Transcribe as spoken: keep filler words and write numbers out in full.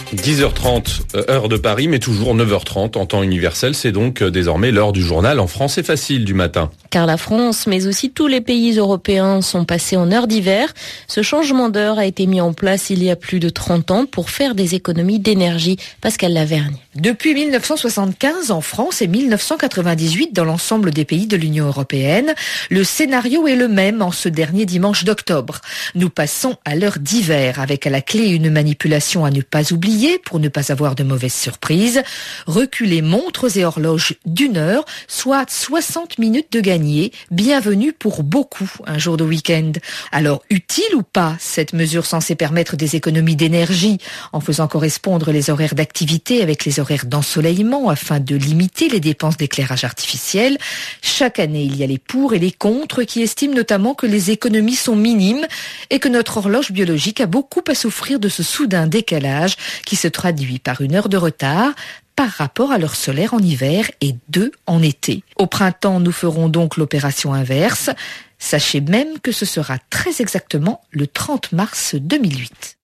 dix heures trente, heure de Paris, mais toujours neuf heures trente en temps universel. C'est donc désormais l'heure du journal en français facile du matin. Car la France, mais aussi tous les pays européens sont passés en heure d'hiver. Ce changement d'heure a été mis en place il y a plus de trente ans pour faire des économies d'énergie. Pascal Lavergne. Depuis mille neuf cent soixante-quinze en France et mille neuf cent quatre-vingt-dix-huit dans l'ensemble des pays de l'Union européenne, le scénario est le même en ce dernier dimanche d'octobre. Nous passons à l'heure d'hiver avec à la clé une manipulation à ne pas oublier pour ne pas avoir de mauvaises surprises. Reculer montres et horloges d'une heure, soit soixante minutes de gagné. Bienvenue pour beaucoup un jour de week-end. Alors utile ou pas cette mesure censée permettre des économies d'énergie en faisant correspondre les horaires d'activité avec les horaires d'ensoleillement afin de limiter les dépenses d'éclairage artificiel. Chaque année, il y a les pour et les contre qui estiment notamment que les économies sont minimes et que notre horloge biologique a beaucoup à souffrir de ce soudain décalage qui se traduit par une heure de retard par rapport à l'heure solaire en hiver et deux en été. Au printemps, nous ferons donc l'opération inverse. Sachez même que ce sera très exactement le trente mars deux mille huit.